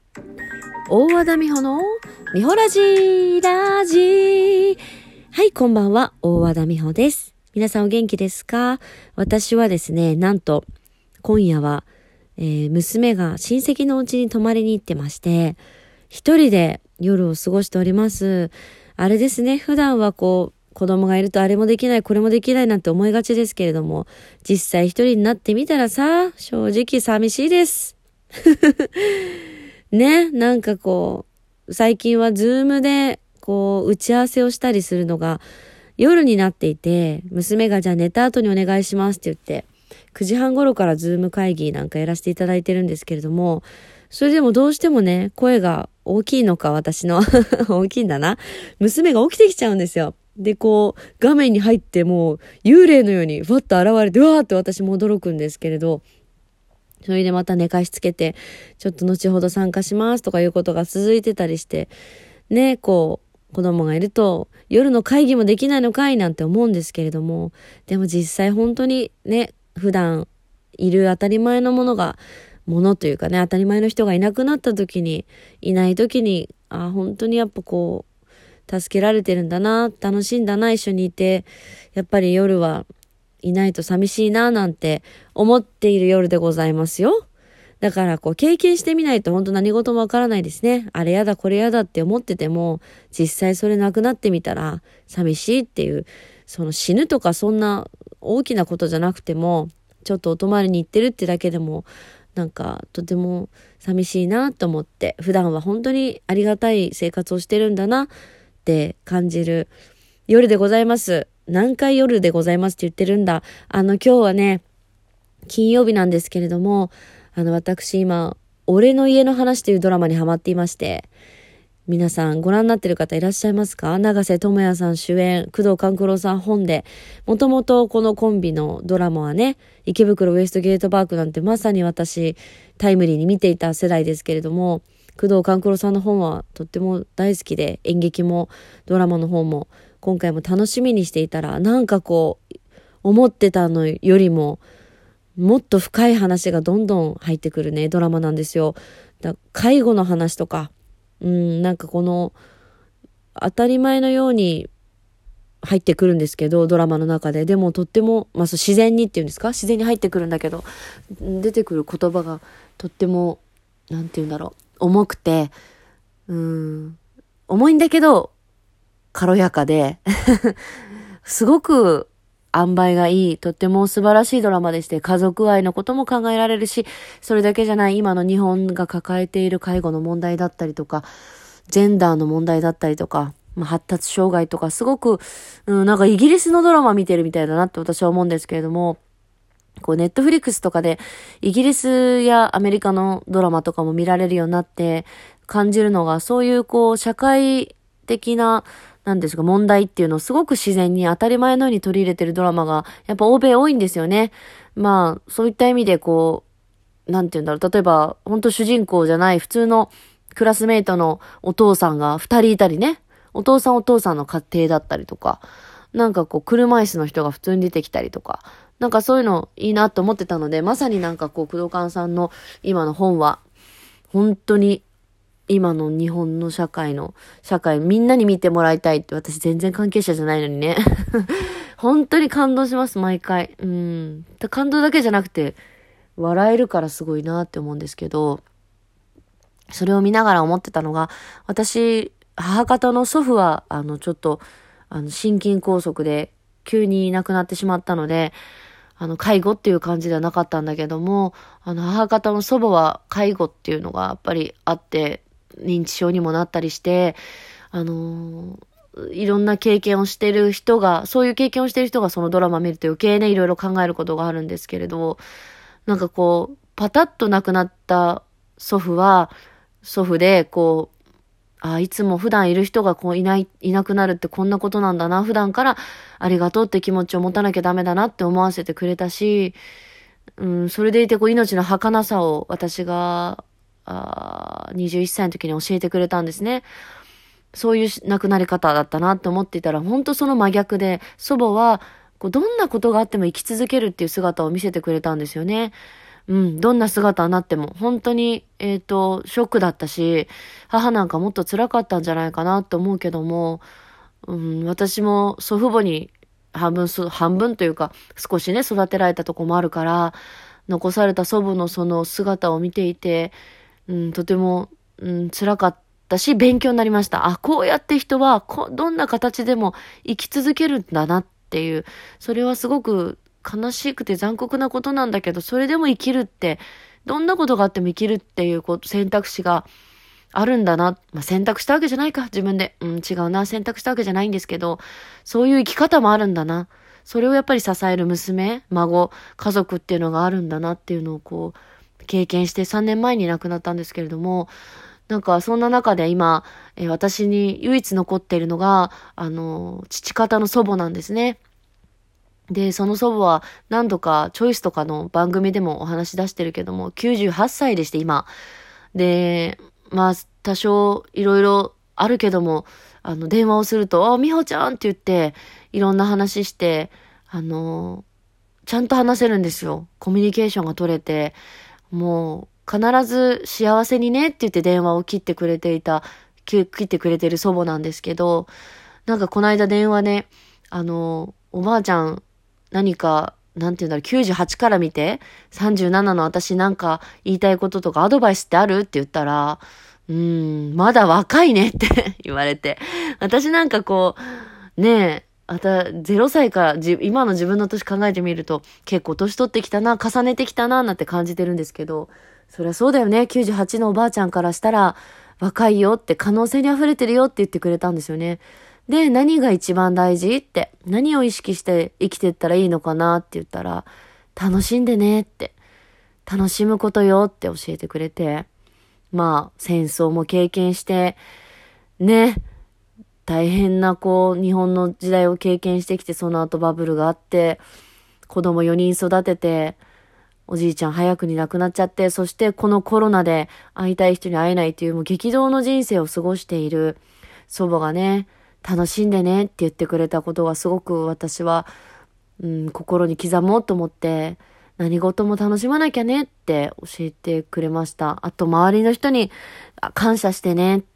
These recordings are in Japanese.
大和田美穂の美穂ラジラジ。はい、こんばんは、大和田美穂です。皆さんお元気ですか？私はですね、なんと今夜は、娘が親戚のお家に泊まりに行ってまして、一人で夜を過ごしております。あれですね、普段は子供がいるとあれもできないこれもできないなんて思いがちですけれども、実際一人になってみたらさ、正直寂しいですね。なんか最近はズームで打ち合わせをしたりするのが夜になっていて、娘がじゃあ寝た後にお願いしますって言って9時半頃からズーム会議なんかやらせていただいてるんですけれども、それでもどうしてもね、声が大きいのか、私の大きいんだな、娘が起きてきちゃうんですよ。で画面に入ってもう幽霊のようにふわっと現れて、うわーって私も驚くんですけれど、それでまた寝かしつけて、ちょっと後ほど参加しますとかいうことが続いてたりして、ね、子供がいると夜の会議もできないのかいなんて思うんですけれども、でも実際本当にね、普段いる当たり前のものというかね、当たり前の人がいなくなった時に、いない時に、本当にやっぱ助けられてるんだな、楽しいんだな、一緒にいて、やっぱり夜はいないと寂しいななんて思っている夜でございますよ。だから経験してみないと本当何事もわからないですね。あれやだこれやだって思ってても、実際それなくなってみたら寂しいっていう、その死ぬとかそんな大きなことじゃなくても、ちょっとお泊まりに行ってるってだけでもなんかとても寂しいなと思って、普段は本当にありがたい生活をしてるんだなって感じる夜でございます。何回夜でございますって言ってるんだ。今日はね、金曜日なんですけれども、私今、俺の家の話というドラマにハマっていまして、皆さんご覧になってる方いらっしゃいますか？永瀬智也さん主演、工藤官九郎さん本で、もともとこのコンビのドラマはね、池袋ウエストゲートパークなんてまさに私、タイムリーに見ていた世代ですけれども、工藤官九郎さんの本はとっても大好きで、演劇もドラマの方も今回も楽しみにしていたら、なんか思ってたのよりももっと深い話がどんどん入ってくるね、ドラマなんですよ。介護の話とか、なんか当たり前のように入ってくるんですけど、ドラマの中で。でもとっても、自然にっていうんですか、自然に入ってくるんだけど、出てくる言葉がとっても、なんていうんだろう、重くて、重いんだけど、軽やかで、すごく塩梅がいい、とっても素晴らしいドラマでして、家族愛のことも考えられるし、それだけじゃない今の日本が抱えている介護の問題だったりとか、ジェンダーの問題だったりとか、発達障害とか、すごく、なんかイギリスのドラマ見てるみたいだなって私は思うんですけれども、ネットフリックスとかでイギリスやアメリカのドラマとかも見られるようになって感じるのが、そういう社会的ななんですか、問題っていうのをすごく自然に当たり前のように取り入れてるドラマがやっぱ欧米多いんですよね。そういった意味でなんていうんだろう、例えば本当主人公じゃない普通のクラスメイトのお父さんが二人いたりね、お父さんの家庭だったりとか、なんか車椅子の人が普通に出てきたりとか、なんかそういうのいいなと思ってたので、まさになんか工藤勘さんの今の本は本当に今の日本の社会みんなに見てもらいたいって、私全然関係者じゃないのにね本当に感動します、毎回。感動だけじゃなくて笑えるからすごいなって思うんですけど、それを見ながら思ってたのが、私母方の祖父はちょっと心筋梗塞で急に亡くなってしまったので、介護っていう感じではなかったんだけども、母方の祖母は介護っていうのがやっぱりあって、認知症にもなったりして、いろんな経験をしてる人が、そういう経験をしてる人がそのドラマ見ると余計ね、いろいろ考えることがあるんですけれど、なんかパタッと亡くなった祖父は、祖父でいつも普段いる人がいなくなるってこんなことなんだな。普段からありがとうって気持ちを持たなきゃダメだなって思わせてくれたし、それでいて命の儚さを私が、21歳の時に教えてくれたんですね。そういう亡くなり方だったなって思っていたら、本当その真逆で、祖母はどんなことがあっても生き続けるっていう姿を見せてくれたんですよね。 どんな姿になっても、本当に、ショックだったし、母なんかもっと辛かったんじゃないかなと思うけども、私も祖父母に半分というか、少しね、育てられたとこもあるから、残された祖母のその姿を見ていて、とても、辛かったし、勉強になりました。あ、こうやって人はどんな形でも生き続けるんだなっていう、それはすごく悲しくて残酷なことなんだけど、それでも生きるって、どんなことがあっても生きるっていう選択肢があるんだな。選択したわけじゃないか、自分で。違うな、選択したわけじゃないんですけど、そういう生き方もあるんだな。それをやっぱり支える娘、孫、家族っていうのがあるんだなっていうのを経験して3年前に亡くなったんですけれども、なんかそんな中で今、私に唯一残っているのが、父方の祖母なんですね。で、その祖母は何度かチョイスとかの番組でもお話し出してるけども、98歳でして今。で、多少いろいろあるけども、電話をすると、美穂ちゃんって言って、いろんな話して、ちゃんと話せるんですよ。コミュニケーションが取れて、もう、必ず幸せにねって言って電話を切ってくれてる祖母なんですけど、なんかこの間電話で、おばあちゃん、何か、なんて言うんだろう、98から見て、37の私なんか言いたいこととかアドバイスってあるって言ったら、まだ若いねって言われて。私なんかねえ、0歳から今の自分の年考えてみると、結構年取ってきたな、重ねてきたな、なんて感じてるんですけど、そりゃそうだよね、98のおばあちゃんからしたら、若いよって、可能性に溢れてるよって言ってくれたんですよね。で、何が一番大事って、何を意識して生きていったらいいのかなって言ったら、楽しんでねって、楽しむことよって教えてくれて、戦争も経験して、ね、大変な日本の時代を経験してきて、その後バブルがあって、子供4人育てて、おじいちゃん早くに亡くなっちゃって、そしてこのコロナで会いたい人に会えないというもう激動の人生を過ごしている祖母がね、楽しんでねって言ってくれたことがすごく私は、心に刻もうと思って、何事も楽しまなきゃねって教えてくれました。あと周りの人に感謝してねって、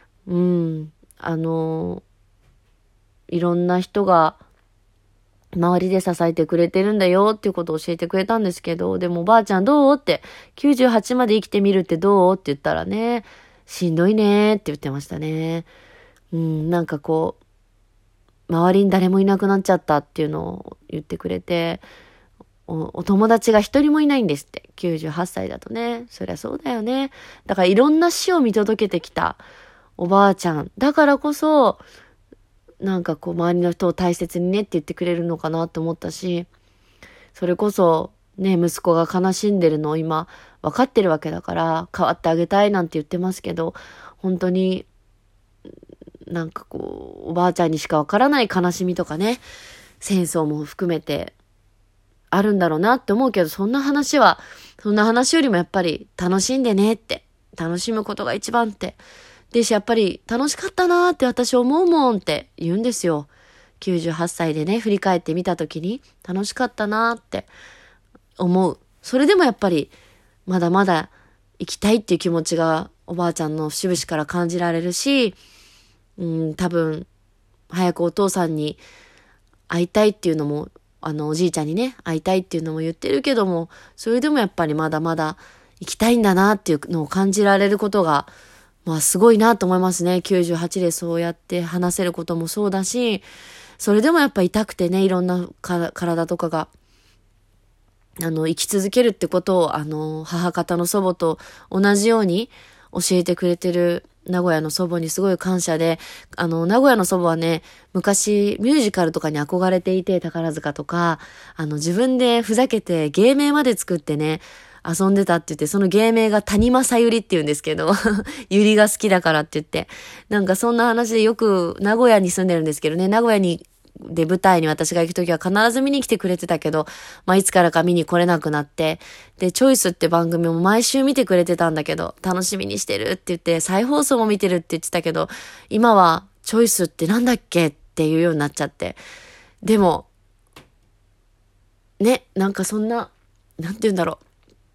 いろんな人が周りで支えてくれてるんだよっていうことを教えてくれたんですけど、でもおばあちゃんどうって、98まで生きてみるってどうって言ったらね、しんどいねって言ってましたね。なんか周りに誰もいなくなっちゃったっていうのを言ってくれて、お友達が一人もいないんですって。98歳だとね。そりゃそうだよね。だからいろんな死を見届けてきたおばあちゃん。だからこそ、なんか周りの人を大切にねって言ってくれるのかなって思ったし、それこそね、息子が悲しんでるのを今分かってるわけだから、変わってあげたいなんて言ってますけど、本当に、なんかおばあちゃんにしか分からない悲しみとかね、戦争も含めてあるんだろうなって思うけど、そんな話よりもやっぱり楽しんでねって、楽しむことが一番って、やっぱり楽しかったなーって私思うもんって言うんですよ。98歳でね、振り返ってみたときに楽しかったなーって思う。それでもやっぱりまだまだ生きたいっていう気持ちがおばあちゃんの節々から感じられるし、多分早くお父さんに会いたいっていうのも、おじいちゃんにね、会いたいっていうのも言ってるけども、それでもやっぱりまだまだ生きたいんだなっていうのを感じられることが、すごいなと思いますね。98でそうやって話せることもそうだし、それでもやっぱ痛くてね、いろんな体とかが、生き続けるってことを、母方の祖母と同じように教えてくれてる名古屋の祖母にすごい感謝で、名古屋の祖母はね、昔ミュージカルとかに憧れていて、宝塚とか、自分でふざけて芸名まで作ってね、遊んでたって言って、その芸名が谷正ゆりって言うんですけど、ゆりが好きだからって言って、なんかそんな話でよく名古屋に住んでるんですけどね、名古屋で舞台に私が行くときは必ず見に来てくれてたけど、いつからか見に来れなくなって、で、チョイスって番組も毎週見てくれてたんだけど、楽しみにしてるって言って、再放送も見てるって言ってたけど、今はチョイスってなんだっけっていうようになっちゃって。でも、ね、なんかそんな、なんて言うんだろう。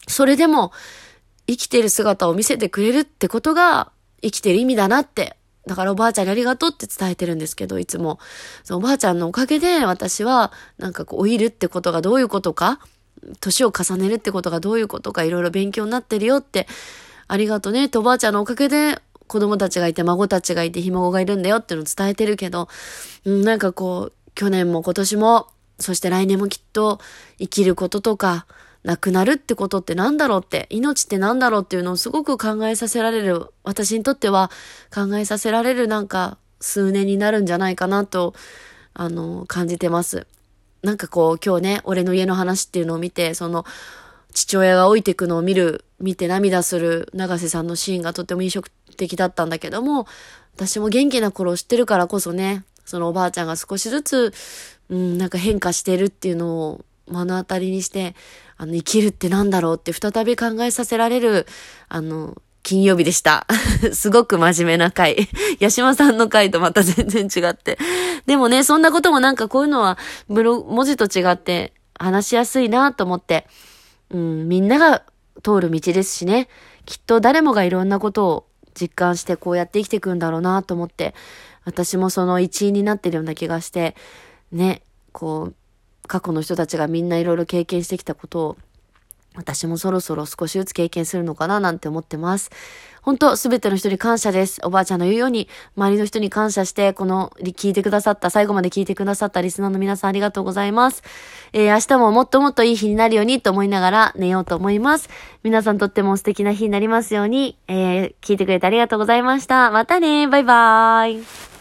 それでも生きてる姿を見せてくれるってことが生きてる意味だなって。だからおばあちゃんにありがとうって伝えてるんですけど、いつも。おばあちゃんのおかげで私はなんかこう老いるってことがどういうことか、年を重ねるってことがどういうことかいろいろ勉強になってるよって、ありがとねっておばあちゃんのおかげで子供たちがいて孫たちがいてひ孫がいるんだよっていうのを伝えてるけど、なんかこう去年も今年もそして来年もきっと生きることとか亡くなるってことってなんだろうって、命ってなんだろうっていうのをすごく考えさせられる、私にとっては考えさせられるなんか数年になるんじゃないかなと、感じてます。なんかこう今日ね、俺の家の話っていうのを見て、その父親が老いていくのを見て涙する永瀬さんのシーンがとっても印象的だったんだけども、私も元気な頃を知ってるからこそね、そのおばあちゃんが少しずつ、なんか変化してるっていうのを目の当たりにして、生きるってなんだろうって再び考えさせられる、金曜日でした。すごく真面目な回。八島さんの回とまた全然違って。でもね、そんなこともなんかこういうのは文字と違って話しやすいなと思って、みんなが通る道ですしね。きっと誰もがいろんなことを実感してこうやって生きていくんだろうなと思って、私もその一員になってるような気がして、ね、こう、過去の人たちがみんないろいろ経験してきたことを、私もそろそろ少しずつ経験するのかななんて思ってます。本当すべての人に感謝です。おばあちゃんの言うように、周りの人に感謝して、聞いてくださった、最後まで聞いてくださったリスナーの皆さんありがとうございます。明日ももっともっといい日になるようにと思いながら寝ようと思います。皆さんとっても素敵な日になりますように、聞いてくれてありがとうございました。またね、バイバーイ。